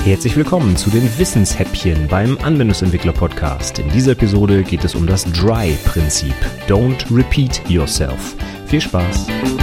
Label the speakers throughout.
Speaker 1: Herzlich willkommen zu den Wissenshäppchen beim Anwendungsentwickler-Podcast. In dieser Episode geht es um das DRY-Prinzip. Don't repeat yourself. Viel Spaß!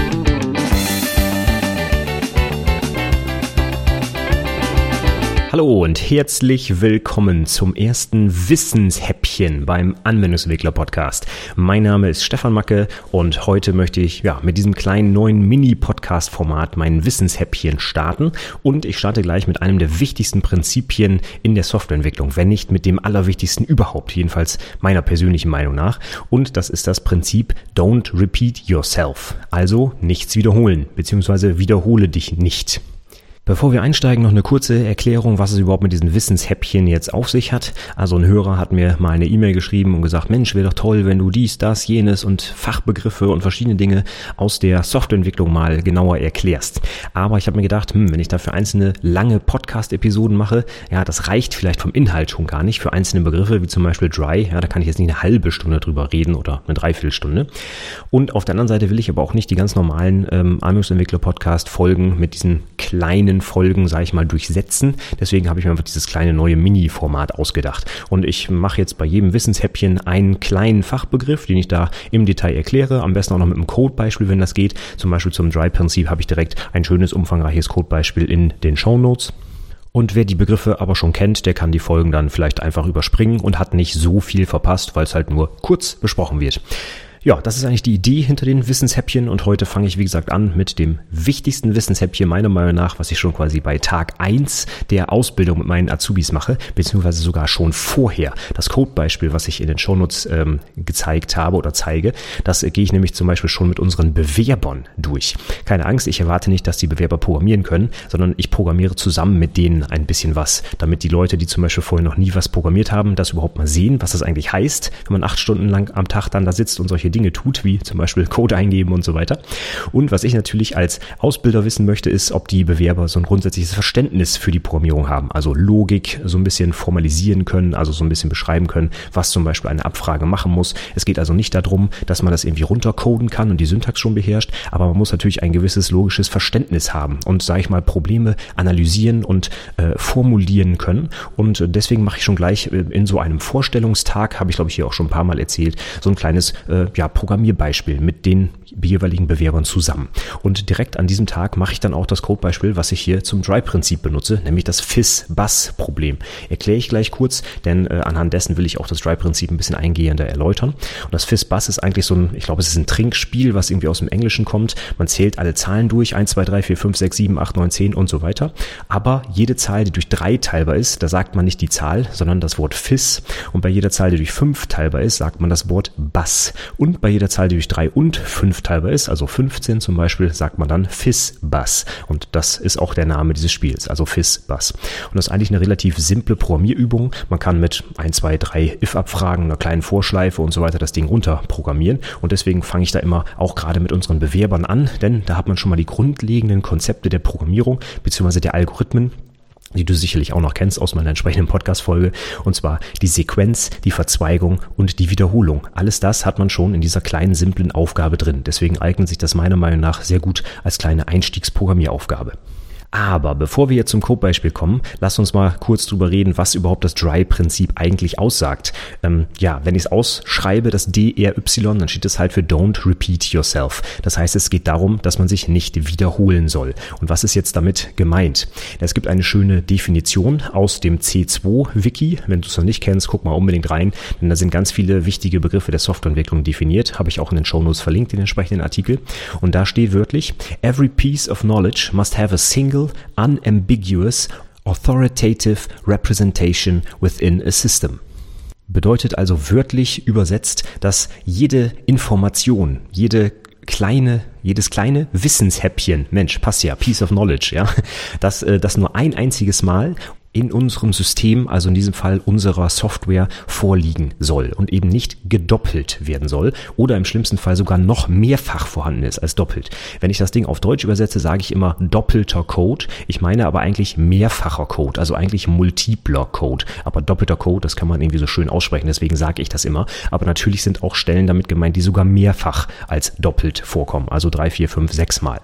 Speaker 1: Hallo und herzlich willkommen zum ersten Wissenshäppchen beim Anwendungsentwickler-Podcast. Mein Name ist Stefan Macke und heute möchte ich mit diesem kleinen neuen Mini-Podcast-Format mein Wissenshäppchen starten. Und ich starte gleich mit einem der wichtigsten Prinzipien in der Softwareentwicklung, wenn nicht mit dem allerwichtigsten überhaupt, jedenfalls meiner persönlichen Meinung nach. Und das ist das Prinzip Don't repeat yourself, also nichts wiederholen, beziehungsweise wiederhole dich nicht. Bevor wir einsteigen, noch eine kurze Erklärung, was es überhaupt mit diesen Wissenshäppchen jetzt auf sich hat. Also ein Hörer hat mir mal eine E-Mail geschrieben und gesagt, Mensch, wäre doch toll, wenn du dies, das, jenes und Fachbegriffe und verschiedene Dinge aus der Softwareentwicklung mal genauer erklärst. Aber ich habe mir gedacht, wenn ich dafür einzelne lange Podcast-Episoden mache, das reicht vielleicht vom Inhalt schon gar nicht für einzelne Begriffe, wie zum Beispiel Dry. Da kann ich jetzt nicht eine halbe Stunde drüber reden oder eine Dreiviertelstunde. Und auf der anderen Seite will ich aber auch nicht die ganz normalen Anwendungsentwickler-Podcast-Folgen mit diesen kleinen Folgen, sage ich mal, durchsetzen. Deswegen habe ich mir einfach dieses kleine neue Mini-Format ausgedacht. Und ich mache jetzt bei jedem Wissenshäppchen einen kleinen Fachbegriff, den ich da im Detail erkläre. Am besten auch noch mit einem Codebeispiel, wenn das geht. Zum Beispiel zum DRY-Prinzip habe ich direkt ein schönes, umfangreiches Codebeispiel in den Shownotes. Und wer die Begriffe aber schon kennt, der kann die Folgen dann vielleicht einfach überspringen und hat nicht so viel verpasst, weil es halt nur kurz besprochen wird. Ja, das ist eigentlich die Idee hinter den Wissenshäppchen und heute fange ich, wie gesagt, an mit dem wichtigsten Wissenshäppchen meiner Meinung nach, was ich schon quasi bei Tag 1 der Ausbildung mit meinen Azubis mache, beziehungsweise sogar schon vorher. Das Codebeispiel, was ich in den Shownotes gezeigt habe oder zeige, das gehe ich nämlich zum Beispiel schon mit unseren Bewerbern durch. Keine Angst, ich erwarte nicht, dass die Bewerber programmieren können, sondern ich programmiere zusammen mit denen ein bisschen was, damit die Leute, die zum Beispiel vorher noch nie was programmiert haben, das überhaupt mal sehen, was das eigentlich heißt, wenn man 8 Stunden lang am Tag dann da sitzt und solche Dinge tut, wie zum Beispiel Code eingeben und so weiter. Und was ich natürlich als Ausbilder wissen möchte, ist, ob die Bewerber so ein grundsätzliches Verständnis für die Programmierung haben, also Logik so ein bisschen formalisieren können, also so ein bisschen beschreiben können, was zum Beispiel eine Abfrage machen muss. Es geht also nicht darum, dass man das irgendwie runtercoden kann und die Syntax schon beherrscht, aber man muss natürlich ein gewisses logisches Verständnis haben und, sage ich mal, Probleme analysieren und formulieren können. Und deswegen mache ich schon gleich in so einem Vorstellungstag, habe ich glaube ich hier auch schon ein paar Mal erzählt, so ein kleines Programmierbeispiel mit den jeweiligen Bewerbern zusammen. Und direkt an diesem Tag mache ich dann auch das Codebeispiel, was ich hier zum DRY-Prinzip benutze, nämlich das FIS-BUS-Problem. Erkläre ich gleich kurz, denn anhand dessen will ich auch das DRY-Prinzip ein bisschen eingehender erläutern. Und das FIS-BUS ist eigentlich so ich glaube, es ist ein Trinkspiel, was irgendwie aus dem Englischen kommt. Man zählt alle Zahlen durch, 1, 2, 3, 4, 5, 6, 7, 8, 9, 10 und so weiter. Aber jede Zahl, die durch 3 teilbar ist, da sagt man nicht die Zahl, sondern das Wort FIS. Und bei jeder Zahl, die durch 5 teilbar ist, sagt man das Wort BUS. Und bei jeder Zahl, die durch 3 und 5 teilbar ist, also 15 zum Beispiel, sagt man dann FIS-BUS. Und das ist auch der Name dieses Spiels, also FIS-BUS. Und das ist eigentlich eine relativ simple Programmierübung. Man kann mit 1, 2, 3 if-Abfragen, einer kleinen Vorschleife und so weiter das Ding runterprogrammieren. Und deswegen fange ich da immer auch gerade mit unseren Bewerbern an, denn da hat man schon mal die grundlegenden Konzepte der Programmierung bzw. der Algorithmen, die du sicherlich auch noch kennst aus meiner entsprechenden Podcast-Folge, und zwar die Sequenz, die Verzweigung und die Wiederholung. Alles das hat man schon in dieser kleinen, simplen Aufgabe drin. Deswegen eignet sich das meiner Meinung nach sehr gut als kleine Einstiegsprogrammieraufgabe. Aber bevor wir jetzt zum Codebeispiel kommen, lass uns mal kurz drüber reden, was überhaupt das DRY-Prinzip eigentlich aussagt. Wenn ich es ausschreibe, das DRY, dann steht es halt für Don't Repeat Yourself. Das heißt, es geht darum, dass man sich nicht wiederholen soll. Und was ist jetzt damit gemeint? Es gibt eine schöne Definition aus dem C2-Wiki. Wenn du es noch nicht kennst, guck mal unbedingt rein, denn da sind ganz viele wichtige Begriffe der Softwareentwicklung definiert. Habe ich auch in den Shownotes verlinkt, den entsprechenden Artikel. Und da steht wörtlich, every piece of knowledge must have a single unambiguous, authoritative representation within a system. Bedeutet also wörtlich übersetzt, dass jede Information, jedes kleine Wissenshäppchen, Mensch, passt ja, piece of knowledge, dass das nur ein einziges Mal in unserem System, also in diesem Fall unserer Software, vorliegen soll und eben nicht gedoppelt werden soll oder im schlimmsten Fall sogar noch mehrfach vorhanden ist als doppelt. Wenn ich das Ding auf Deutsch übersetze, sage ich immer doppelter Code. Ich meine aber eigentlich mehrfacher Code, also eigentlich multipler Code. Aber doppelter Code, das kann man irgendwie so schön aussprechen, deswegen sage ich das immer. Aber natürlich sind auch Stellen damit gemeint, die sogar mehrfach als doppelt vorkommen, also 3, 4, 5, 6 Mal.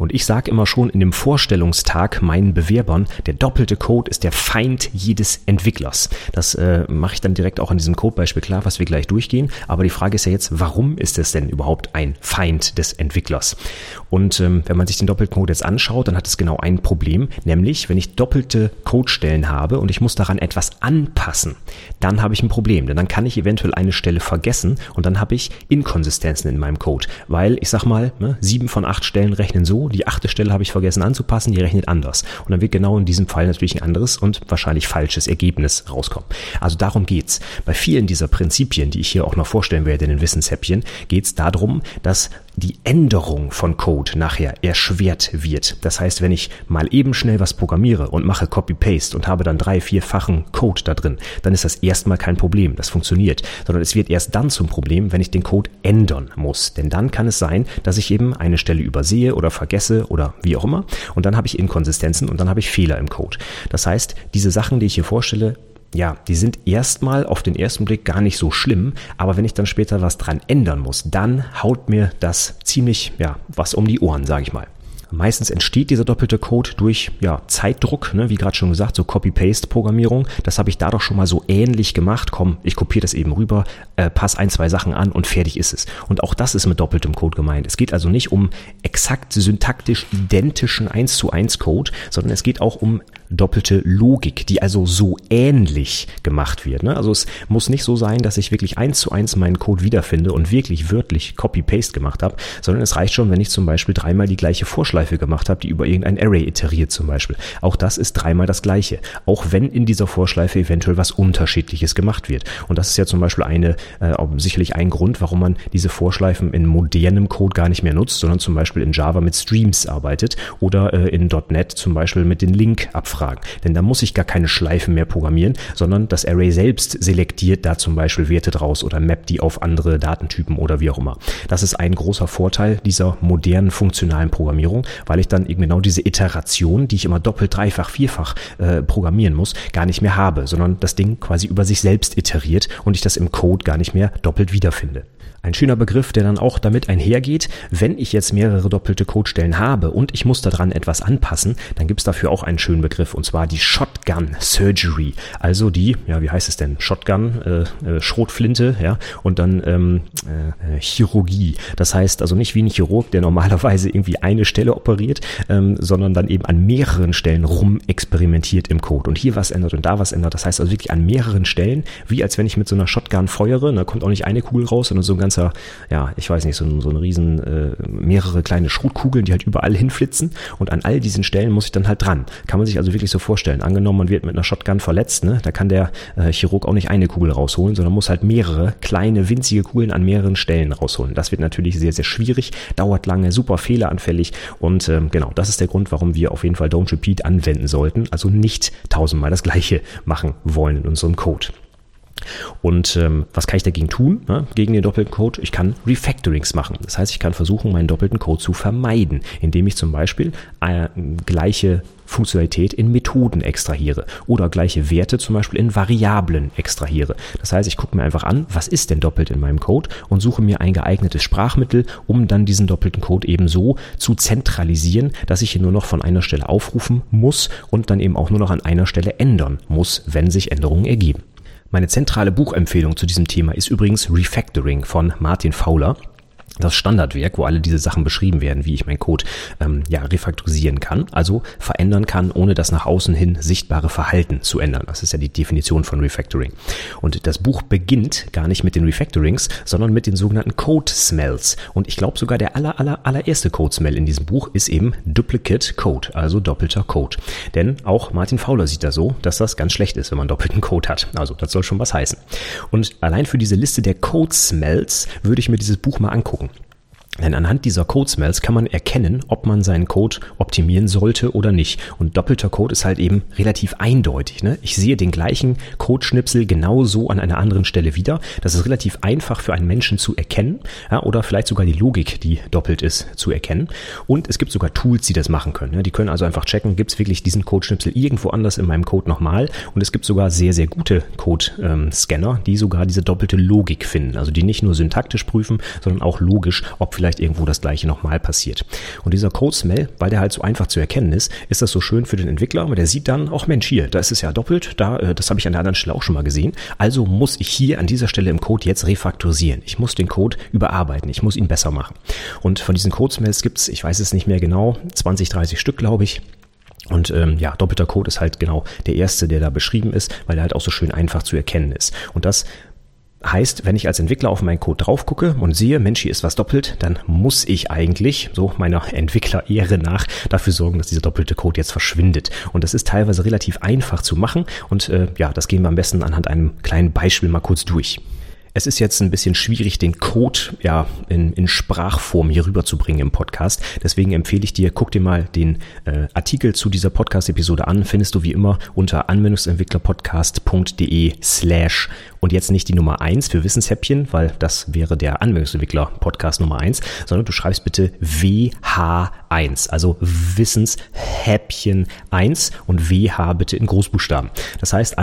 Speaker 1: Und ich sage immer schon in dem Vorstellungstag meinen Bewerbern, der doppelte Code ist der Feind jedes Entwicklers. Das mache ich dann direkt auch an diesem Codebeispiel klar, was wir gleich durchgehen. Aber die Frage ist ja jetzt, warum ist es denn überhaupt ein Feind des Entwicklers? Und wenn man sich den doppelten Code jetzt anschaut, dann hat es genau ein Problem, nämlich wenn ich doppelte Codestellen habe und ich muss daran etwas anpassen, dann habe ich ein Problem, denn dann kann ich eventuell eine Stelle vergessen und dann habe ich Inkonsistenzen in meinem Code, weil ich sag mal, 7 von 8 Stellen rechnen so, die 8. Stelle habe ich vergessen anzupassen, die rechnet anders. Und dann wird genau in diesem Fall natürlich ein anderes und wahrscheinlich falsches Ergebnis rauskommen. Also darum geht's. Bei vielen dieser Prinzipien, die ich hier auch noch vorstellen werde in den Wissenshäppchen, geht's darum, dass die Änderung von Code nachher erschwert wird. Das heißt, wenn ich mal eben schnell was programmiere und mache Copy-Paste und habe dann 3-4-fachen Code da drin, dann ist das erstmal kein Problem, das funktioniert. Sondern es wird erst dann zum Problem, wenn ich den Code ändern muss. Denn dann kann es sein, dass ich eben eine Stelle übersehe oder vergesse oder wie auch immer. Und dann habe ich Inkonsistenzen und dann habe ich Fehler im Code. Das heißt, diese Sachen, die ich hier vorstelle, ja, die sind erstmal auf den ersten Blick gar nicht so schlimm, aber wenn ich dann später was dran ändern muss, dann haut mir das ziemlich, was um die Ohren, sage ich mal. Meistens entsteht dieser doppelte Code durch Zeitdruck, wie gerade schon gesagt, so Copy-Paste-Programmierung. Das habe ich da doch schon mal so ähnlich gemacht. Komm, ich kopiere das eben rüber, passe 1-2 Sachen an und fertig ist es. Und auch das ist mit doppeltem Code gemeint. Es geht also nicht um exakt syntaktisch identischen 1:1 Code, sondern es geht auch um doppelte Logik, die also so ähnlich gemacht wird. Also es muss nicht so sein, dass ich wirklich 1:1 meinen Code wiederfinde und wirklich wörtlich Copy-Paste gemacht habe, sondern es reicht schon, wenn ich zum Beispiel 3-mal die gleiche Vorschleife gemacht habe, die über irgendein Array iteriert zum Beispiel. Auch das ist 3-mal das Gleiche. Auch wenn in dieser Vorschleife eventuell was Unterschiedliches gemacht wird. Und das ist ja zum Beispiel sicherlich ein Grund, warum man diese Vorschleifen in modernem Code gar nicht mehr nutzt, sondern zum Beispiel in Java mit Streams arbeitet oder in .NET zum Beispiel mit den Link-Abfragen. Denn da muss ich gar keine Schleifen mehr programmieren, sondern das Array selbst selektiert da zum Beispiel Werte draus oder mappt die auf andere Datentypen oder wie auch immer. Das ist ein großer Vorteil dieser modernen funktionalen Programmierung, weil ich dann eben genau diese Iteration, die ich immer doppelt, dreifach, vierfach programmieren muss, gar nicht mehr habe, sondern das Ding quasi über sich selbst iteriert und ich das im Code gar nicht mehr doppelt wiederfinde. Ein schöner Begriff, der dann auch damit einhergeht, wenn ich jetzt mehrere doppelte Codestellen habe und ich muss daran etwas anpassen, dann gibt es dafür auch einen schönen Begriff und zwar die Shotgun Surgery. Also die, wie heißt es denn? Shotgun, Schrotflinte, und dann Chirurgie. Das heißt also nicht wie ein Chirurg, der normalerweise irgendwie eine Stelle operiert, sondern dann eben an mehreren Stellen rum experimentiert im Code und hier was ändert und da was ändert. Das heißt also wirklich an mehreren Stellen, wie als wenn ich mit so einer Shotgun feuere, da kommt auch nicht eine Kugel raus, sondern so ein ganzer, ich weiß nicht, so ein riesen, mehrere kleine Schrotkugeln, die halt überall hinflitzen und an all diesen Stellen muss ich dann halt dran. Kann man sich also wirklich so vorstellen. Angenommen, man wird mit einer Shotgun verletzt, da kann der Chirurg auch nicht eine Kugel rausholen, sondern muss halt mehrere kleine, winzige Kugeln an mehreren Stellen rausholen. Das wird natürlich sehr, sehr schwierig, dauert lange, super fehleranfällig und genau, das ist der Grund, warum wir auf jeden Fall Don't Repeat anwenden sollten, also nicht 1000-mal das Gleiche machen wollen in unserem Code. Und was kann ich dagegen tun, gegen den doppelten Code? Ich kann Refactorings machen. Das heißt, ich kann versuchen, meinen doppelten Code zu vermeiden, indem ich zum Beispiel gleiche Funktionalität in Methoden extrahiere oder gleiche Werte zum Beispiel in Variablen extrahiere. Das heißt, ich gucke mir einfach an, was ist denn doppelt in meinem Code und suche mir ein geeignetes Sprachmittel, um dann diesen doppelten Code eben so zu zentralisieren, dass ich ihn nur noch von einer Stelle aufrufen muss und dann eben auch nur noch an einer Stelle ändern muss, wenn sich Änderungen ergeben. Meine zentrale Buchempfehlung zu diesem Thema ist übrigens Refactoring von Martin Fowler. Das Standardwerk, wo alle diese Sachen beschrieben werden, wie ich meinen Code refaktorisieren kann, also verändern kann, ohne das nach außen hin sichtbare Verhalten zu ändern. Das ist ja die Definition von Refactoring. Und das Buch beginnt gar nicht mit den Refactorings, sondern mit den sogenannten Code Smells. Und ich glaube sogar der allererste Code Smell in diesem Buch ist eben Duplicate Code, also doppelter Code. Denn auch Martin Fowler sieht das so, dass das ganz schlecht ist, wenn man doppelten Code hat. Also das soll schon was heißen. Und allein für diese Liste der Code Smells würde ich mir dieses Buch mal angucken. Denn anhand dieser Code-Smells kann man erkennen, ob man seinen Code optimieren sollte oder nicht. Und doppelter Code ist halt eben relativ eindeutig. Ich sehe den gleichen Codeschnipsel genauso an einer anderen Stelle wieder. Das ist relativ einfach für einen Menschen zu erkennen, oder vielleicht sogar die Logik, die doppelt ist, zu erkennen. Und es gibt sogar Tools, die das machen können. Die können also einfach checken, gibt es wirklich diesen Codeschnipsel irgendwo anders in meinem Code nochmal. Und es gibt sogar sehr, sehr gute Code-Scanner, die sogar diese doppelte Logik finden. Also die nicht nur syntaktisch prüfen, sondern auch logisch, ob vielleicht vielleicht irgendwo das gleiche nochmal passiert. Und dieser Code-Smell, weil der halt so einfach zu erkennen ist das so schön für den Entwickler, aber der sieht dann, ach Mensch, hier, da ist es ja doppelt, das habe ich an der anderen Stelle auch schon mal gesehen. Also muss ich hier an dieser Stelle im Code jetzt refaktorisieren. Ich muss den Code überarbeiten, ich muss ihn besser machen. Und von diesen Code-Smells gibt's, ich weiß es nicht mehr genau, 20, 30 Stück, glaube ich. Und doppelter Code ist halt genau der erste, der da beschrieben ist, weil der halt auch so schön einfach zu erkennen ist. Und das heißt, wenn ich als Entwickler auf meinen Code drauf gucke und sehe, Mensch, hier ist was doppelt, dann muss ich eigentlich, so meiner Entwickler-Ehre nach, dafür sorgen, dass dieser doppelte Code jetzt verschwindet. Und das ist teilweise relativ einfach zu machen und das gehen wir am besten anhand einem kleinen Beispiel mal kurz durch. Es ist jetzt ein bisschen schwierig, den Code in Sprachform hier rüberzubringen im Podcast. Deswegen empfehle ich dir, guck dir mal den Artikel zu dieser Podcast-Episode an. Findest du wie immer unter anwendungsentwicklerpodcast.de/ und jetzt nicht die Nummer 1 für Wissenshäppchen, weil das wäre der Anwendungsentwickler-Podcast Nummer 1, sondern du schreibst bitte WH1, also Wissenshäppchen 1 und WH bitte in Großbuchstaben. Das heißt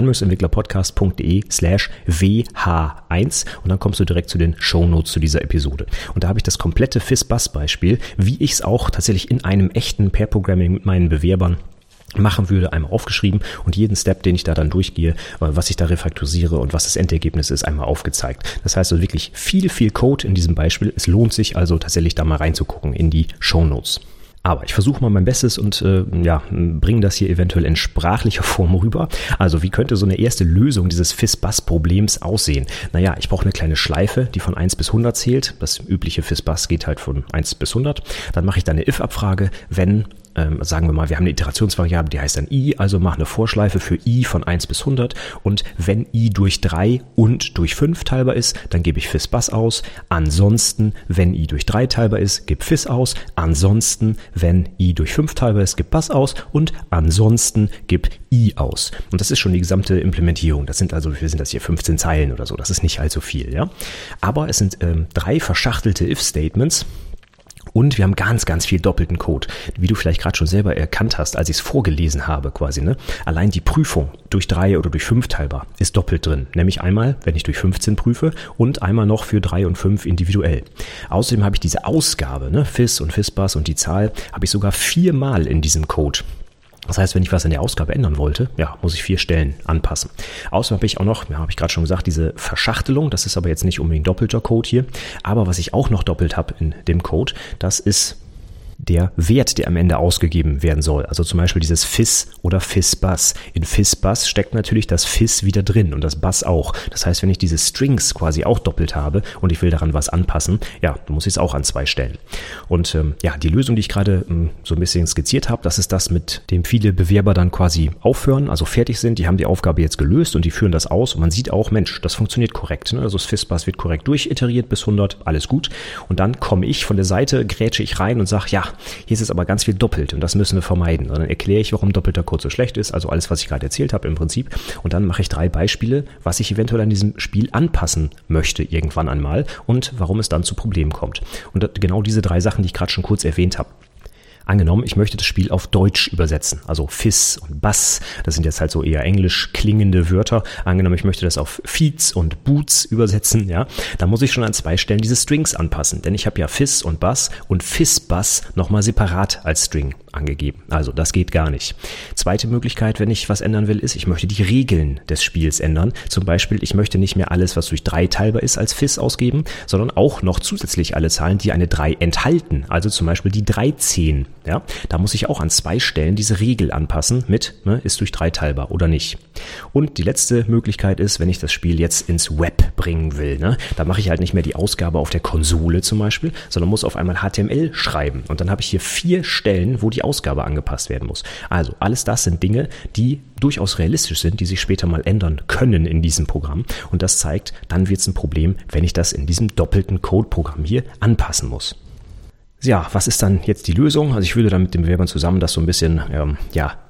Speaker 1: anwendungsentwicklerpodcast.de/WH1 und dann kommst du direkt zu den Shownotes zu dieser Episode. Und da habe ich das komplette FizzBuzz-Beispiel, wie ich es auch tatsächlich in einem echten Pair-Programming mit meinen Bewerbern machen würde, einmal aufgeschrieben und jeden Step, den ich da dann durchgehe, was ich da refaktorisiere und was das Endergebnis ist, einmal aufgezeigt. Das heißt also wirklich viel Code in diesem Beispiel. Es lohnt sich also tatsächlich da mal reinzugucken in die Shownotes. Aber ich versuche mal mein Bestes und bringe das hier eventuell in sprachlicher Form rüber. Also wie könnte so eine erste Lösung dieses FizzBuzz-Problems aussehen? Naja, ich brauche eine kleine Schleife, die von 1 bis 100 zählt. Das übliche FizzBuzz geht halt von 1 bis 100. Dann mache ich da eine if-Abfrage, wenn sagen wir mal, wir haben eine Iterationsvariable, die heißt dann i, also mach eine Vorschleife für i von 1 bis 100 und wenn i durch 3 und durch 5 teilbar ist, dann gebe ich FizzBuzz aus. Ansonsten, wenn i durch 3 teilbar ist, gib Fizz aus. Ansonsten, wenn i durch 5 teilbar ist, gib Buzz aus und ansonsten gib i aus. Und das ist schon die gesamte Implementierung. Das sind also, wir sind das hier 15 Zeilen oder so, das ist nicht allzu viel, ja. Aber es sind 3 verschachtelte if-Statements. Und wir haben ganz viel doppelten Code, wie du vielleicht gerade schon selber erkannt hast, als ich es vorgelesen habe quasi. Ne? Allein die Prüfung durch 3 oder durch 5 teilbar ist doppelt drin. Nämlich einmal, wenn ich durch 15 prüfe und einmal noch für 3 und 5 individuell. Außerdem habe ich diese Ausgabe, ne? Fizz und FizzBuzz und die Zahl, habe ich sogar 4-mal in diesem Code. Das heißt, wenn ich was in der Ausgabe ändern wollte, muss ich 4 Stellen anpassen. Außerdem habe ich auch noch, habe ich gerade schon gesagt, diese Verschachtelung. Das ist aber jetzt nicht unbedingt doppelter Code hier. Aber was ich auch noch doppelt habe in dem Code, das ist der Wert, der am Ende ausgegeben werden soll. Also zum Beispiel dieses Fizz oder FizzBuzz. In FizzBuzz steckt natürlich das Fizz wieder drin und das Buzz auch. Das heißt, wenn ich diese Strings quasi auch doppelt habe und ich will daran was anpassen, dann muss ich es auch an 2 stellen. Und die Lösung, die ich gerade so ein bisschen skizziert habe, das ist das, mit dem viele Bewerber dann quasi aufhören, also fertig sind. Die haben die Aufgabe jetzt gelöst und die führen das aus und man sieht auch, Mensch, das funktioniert korrekt. Ne? Also das FizzBuzz wird korrekt durchiteriert bis 100, alles gut. Und dann komme ich von der Seite, grätsche ich rein und sage, hier ist es aber ganz viel doppelt und das müssen wir vermeiden. Und dann erkläre ich, warum doppelter Code so schlecht ist, also alles, was ich gerade erzählt habe im Prinzip. Und dann mache ich 3 Beispiele, was ich eventuell an diesem Spiel anpassen möchte irgendwann einmal und warum es dann zu Problemen kommt. Und genau diese 3 Sachen, die ich gerade schon kurz erwähnt habe. Angenommen, ich möchte das Spiel auf Deutsch übersetzen, also Fizz und Buzz, das sind jetzt halt so eher englisch klingende Wörter. Angenommen, ich möchte das auf Feeds und Boots übersetzen, dann muss ich schon an 2 Stellen diese Strings anpassen, denn ich habe ja Fizz und Buzz und FizzBuzz nochmal separat als String angegeben. Also das geht gar nicht. Zweite Möglichkeit, wenn ich was ändern will, ist, ich möchte die Regeln des Spiels ändern. Zum Beispiel, ich möchte nicht mehr alles, was durch 3 teilbar ist, als Fizz ausgeben, sondern auch noch zusätzlich alle Zahlen, die eine 3 enthalten. Also zum Beispiel die 13. Da muss ich auch an 2 Stellen diese Regel anpassen mit, ist durch 3 teilbar oder nicht. Und die letzte Möglichkeit ist, wenn ich das Spiel jetzt ins Web bringen will, da mache ich halt nicht mehr die Ausgabe auf der Konsole zum Beispiel, sondern muss auf einmal HTML schreiben. Und dann habe ich hier 4 Stellen, wo die Ausgabe angepasst werden muss. Also alles das sind Dinge, die durchaus realistisch sind, die sich später mal ändern können in diesem Programm. Und das zeigt, dann wird es ein Problem, wenn ich das in diesem doppelten Code-Programm hier anpassen muss. Ja, was ist dann jetzt die Lösung? Also ich würde dann mit den Bewerbern zusammen das so ein bisschen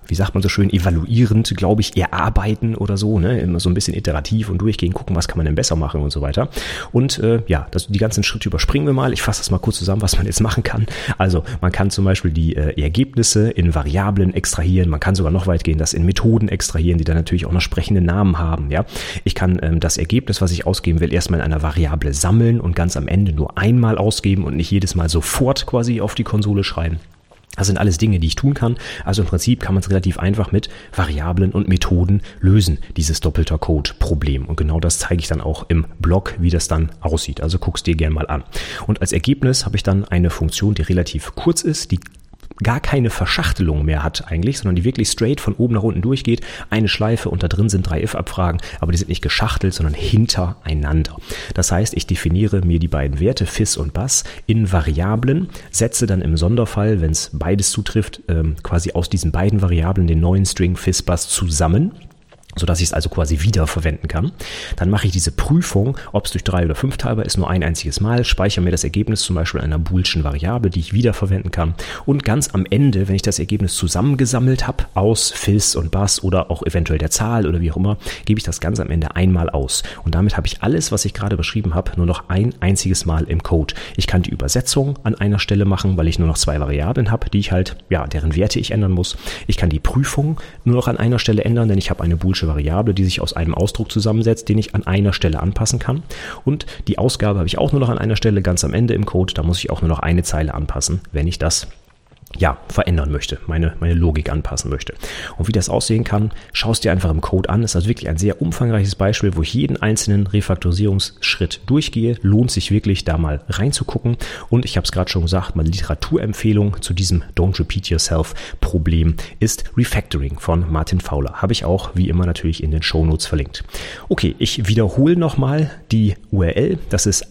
Speaker 1: wie sagt man so schön, evaluierend, glaube ich, erarbeiten oder so, ne? Immer so ein bisschen iterativ und durchgehen, gucken, was kann man denn besser machen und so weiter. Und die ganzen Schritte überspringen wir mal. Ich fasse das mal kurz zusammen, was man jetzt machen kann. Also man kann zum Beispiel die Ergebnisse in Variablen extrahieren. Man kann sogar noch weit gehen, das in Methoden extrahieren, die dann natürlich auch noch sprechende Namen haben. Ja, ich kann das Ergebnis, was ich ausgeben will, erstmal in einer Variable sammeln und ganz am Ende nur einmal ausgeben und nicht jedes Mal sofort quasi auf die Konsole schreiben. Das sind alles Dinge, die ich tun kann. Also im Prinzip kann man es relativ einfach mit Variablen und Methoden lösen, dieses doppelter Code-Problem. Und genau das zeige ich dann auch im Blog, wie das dann aussieht. Also guck's dir gerne mal an. Und als Ergebnis habe ich dann eine Funktion, die relativ kurz ist, die gar keine Verschachtelung mehr hat eigentlich, sondern die wirklich straight von oben nach unten durchgeht. Eine Schleife und da drin sind 3 if-Abfragen, aber die sind nicht geschachtelt, sondern hintereinander. Das heißt, ich definiere mir die beiden Werte fis und bus in Variablen, setze dann im Sonderfall, wenn es beides zutrifft, quasi aus diesen beiden Variablen den neuen String fis bus zusammen, sodass ich es also quasi wiederverwenden kann. Dann mache ich diese Prüfung, ob es durch 3 oder 5 teilbar ist, nur ein einziges Mal, speichere mir das Ergebnis zum Beispiel in einer boolschen Variable, die ich wiederverwenden kann. Und ganz am Ende, wenn ich das Ergebnis zusammengesammelt habe, aus fis und bus oder auch eventuell der Zahl oder wie auch immer, gebe ich das ganz am Ende einmal aus. Und damit habe ich alles, was ich gerade beschrieben habe, nur noch ein einziges Mal im Code. Ich kann die Übersetzung an einer Stelle machen, weil ich nur noch 2 Variablen habe, die ich halt, deren Werte ich ändern muss. Ich kann die Prüfung nur noch an einer Stelle ändern, denn ich habe eine boolsche Variable, die sich aus einem Ausdruck zusammensetzt, den ich an einer Stelle anpassen kann. Und die Ausgabe habe ich auch nur noch an einer Stelle, ganz am Ende im Code. Da muss ich auch nur noch eine Zeile anpassen, wenn ich das verändern möchte, meine Logik anpassen möchte. Und wie das aussehen kann, schau es dir einfach im Code an. Das ist also wirklich ein sehr umfangreiches Beispiel, wo ich jeden einzelnen Refaktorisierungsschritt durchgehe. Lohnt sich wirklich, da mal reinzugucken. Und ich habe es gerade schon gesagt, meine Literaturempfehlung zu diesem Don't Repeat Yourself Problem ist Refactoring von Martin Fowler. Habe ich auch, wie immer, natürlich in den Shownotes verlinkt. Okay, ich wiederhole nochmal die URL. Das ist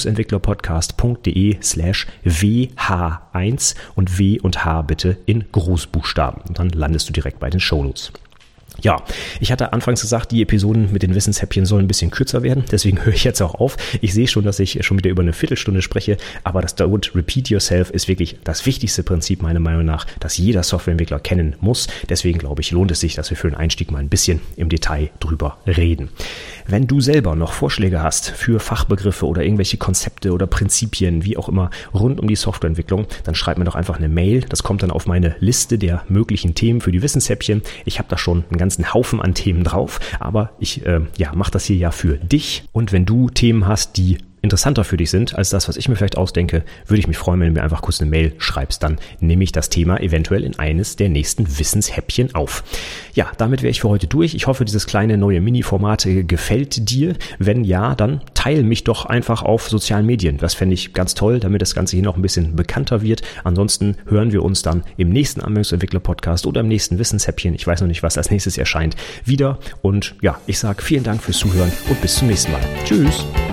Speaker 1: anwendungsentwicklerpodcast.de/wh1 und W und H bitte in Großbuchstaben. Und dann landest du direkt bei den Shownotes. Ja, ich hatte anfangs gesagt, die Episoden mit den Wissenshäppchen sollen ein bisschen kürzer werden, deswegen höre ich jetzt auch auf. Ich sehe schon, dass ich schon wieder über eine Viertelstunde spreche, aber das Don't Repeat Yourself ist wirklich das wichtigste Prinzip meiner Meinung nach, das jeder Softwareentwickler kennen muss. Deswegen glaube ich, lohnt es sich, dass wir für den Einstieg mal ein bisschen im Detail drüber reden. Wenn du selber noch Vorschläge hast für Fachbegriffe oder irgendwelche Konzepte oder Prinzipien, wie auch immer, rund um die Softwareentwicklung, dann schreib mir doch einfach eine Mail. Das kommt dann auf meine Liste der möglichen Themen für die Wissenshäppchen. Ich habe da schon einen ganzen Haufen an Themen drauf, aber ich mache das hier ja für dich. Und wenn du Themen hast, die interessanter für dich sind als das, was ich mir vielleicht ausdenke, würde ich mich freuen, wenn du mir einfach kurz eine Mail schreibst. Dann nehme ich das Thema eventuell in eines der nächsten Wissenshäppchen auf. Ja, damit wäre ich für heute durch. Ich hoffe, dieses kleine neue Mini-Format gefällt dir. Wenn ja, dann teile mich doch einfach auf sozialen Medien. Das fände ich ganz toll, damit das Ganze hier noch ein bisschen bekannter wird. Ansonsten hören wir uns dann im nächsten Anwendungsentwickler-Podcast oder im nächsten Wissenshäppchen, ich weiß noch nicht, was als nächstes erscheint, wieder. Und ja, ich sage vielen Dank fürs Zuhören und bis zum nächsten Mal. Tschüss!